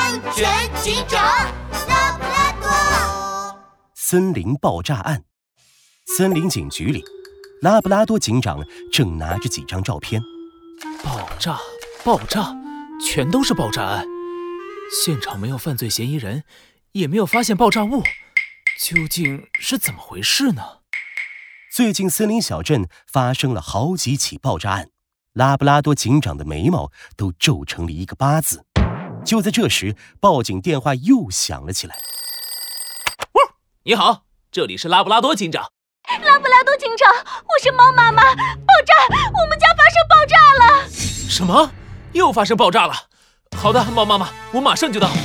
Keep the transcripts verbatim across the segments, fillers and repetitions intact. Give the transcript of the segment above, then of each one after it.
安全警长拉布拉多。 森林爆炸案。森林警局里，拉布拉多警长正拿着几张照片。 爆炸，爆炸，全都是爆炸案。现场没有犯罪嫌疑人，也没有发现爆炸物，究竟是怎么回事呢？ 最近森林小镇发生了好几起爆炸案，拉布拉多警长的眉毛都皱成了一个八字。就在这时，报警电话又响了起来。 你好，这里是拉布拉多警长。 拉布拉多警长，我是猫妈妈。爆炸，我们家发生爆炸了。 什么？又发生爆炸了？好的，猫妈妈，我马上就到。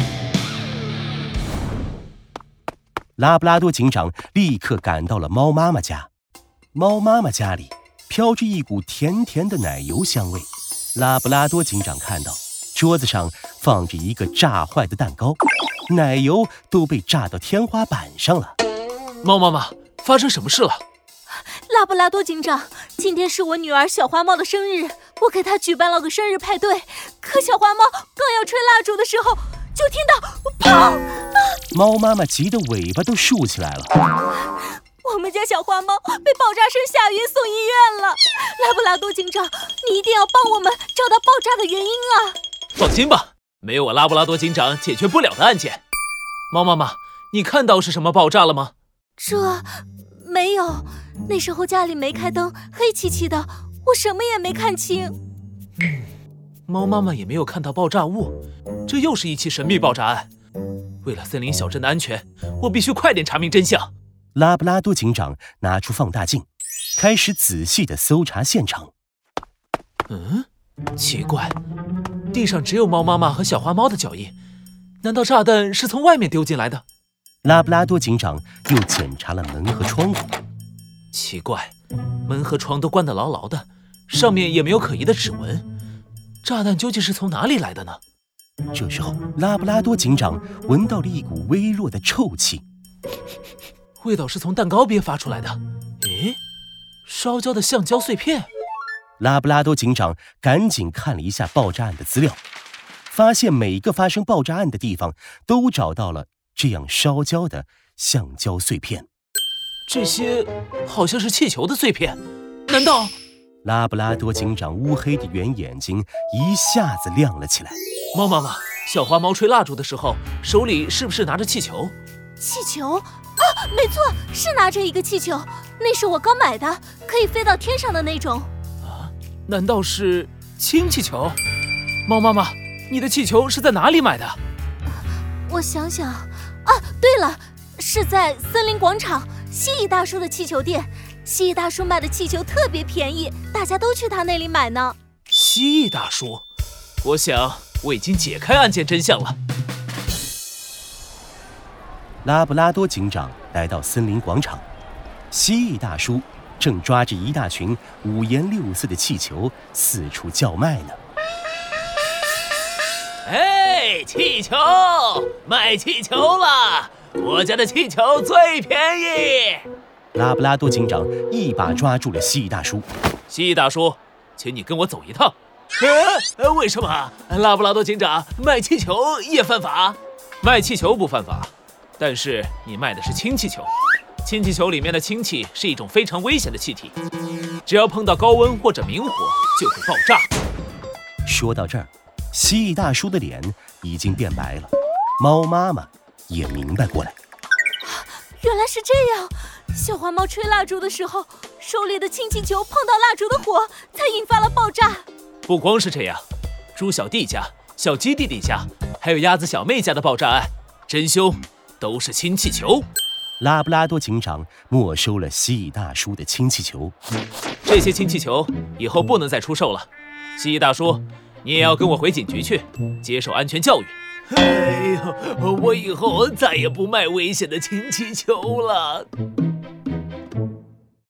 拉布拉多警长立刻赶到了猫妈妈家。猫妈妈家里飘着一股甜甜的奶油香味。拉布拉多警长看到桌子上放着一个炸坏的蛋糕，奶油都被炸到天花板上了。 猫妈妈，发生什么事了？ 拉布拉多警长，今天是我女儿小花猫的生日，我给她举办了个生日派对。可小花猫刚要吹蜡烛的时候，就听到砰！ 猫妈妈急得尾巴都竖起来了。 我们家小花猫被爆炸声吓晕，送医院了。拉布拉多警长，你一定要帮我们找到爆炸的原因啊！ 放心吧，没有我拉布拉多警长解决不了的案件。猫妈妈，你看到是什么爆炸了吗？ 这没有，那时候家里没开灯，黑漆漆的，我什么也没看清。 嗯，猫妈妈也没有看到爆炸物，这又是一起神秘爆炸案。为了森林小镇的安全，我必须快点查明真相。 拉布拉多警长拿出放大镜，开始仔细地搜查现场。 嗯，奇怪，地上只有猫妈妈和小花猫的脚印，难道炸弹是从外面丢进来的？ 拉布拉多警长又检查了门和窗户。 奇怪，门和窗都关得牢牢的，上面也没有可疑的指纹，炸弹究竟是从哪里来的呢？ 这时候，拉布拉多警长闻到了一股微弱的臭气， 味道是从蛋糕边发出来的。诶，烧焦的橡胶碎片。 拉布拉多警长赶紧看了一下爆炸案的资料，发现每个发生爆炸案的地方都找到了这样烧焦的橡胶碎片。 这些好像是气球的碎片，难道…… 拉布拉多警长乌黑的圆眼睛一下子亮了起来。 猫妈妈，小花猫吹蜡烛的时候，手里是不是拿着气球？ 气球？啊，没错，是拿着一个气球，那是我刚买的，可以飞到天上的那种。 啊，难道是氢气球？猫妈妈，你的气球是在哪里买的？ 我想想，啊，对了，是在森林广场蜥蜴大叔的气球店。蜥蜴大叔卖的气球特别便宜，大家都去他那里买呢。 蜥蜴大叔，我想我已经解开案件真相了。 拉布拉多警长来到森林广场，蜥蜴大叔正抓着一大群五颜六色的气球四处叫卖呢。 哎，气球，卖气球了！我家的气球最便宜。 拉布拉多警长一把抓住了蜥蜴大叔。 蜥蜴大叔，请你跟我走一趟。呃，为什么拉布拉多警长卖气球也犯法？卖气球不犯法，但是你卖的是氢气球。氢气球里面的氢气是一种非常危险的气体，只要碰到高温或者明火就会爆炸。 说到这儿，蜥蜴大叔的脸已经变白了，猫妈妈也明白过来。 原来是这样，小花猫吹蜡烛的时候，手里的氢气球碰到蜡烛的火，才引发了爆炸。 不光是这样，猪小弟家、小鸡弟弟家，还有鸭子小妹家的爆炸案，真凶都是氢气球。 拉布拉多警长没收了蜥蜴大叔的氢气球。 这些氢气球以后不能再出售了。蜥蜴大叔，你也要跟我回警局去，接受安全教育。哎呦，我以后再也不卖危险的氢气球了。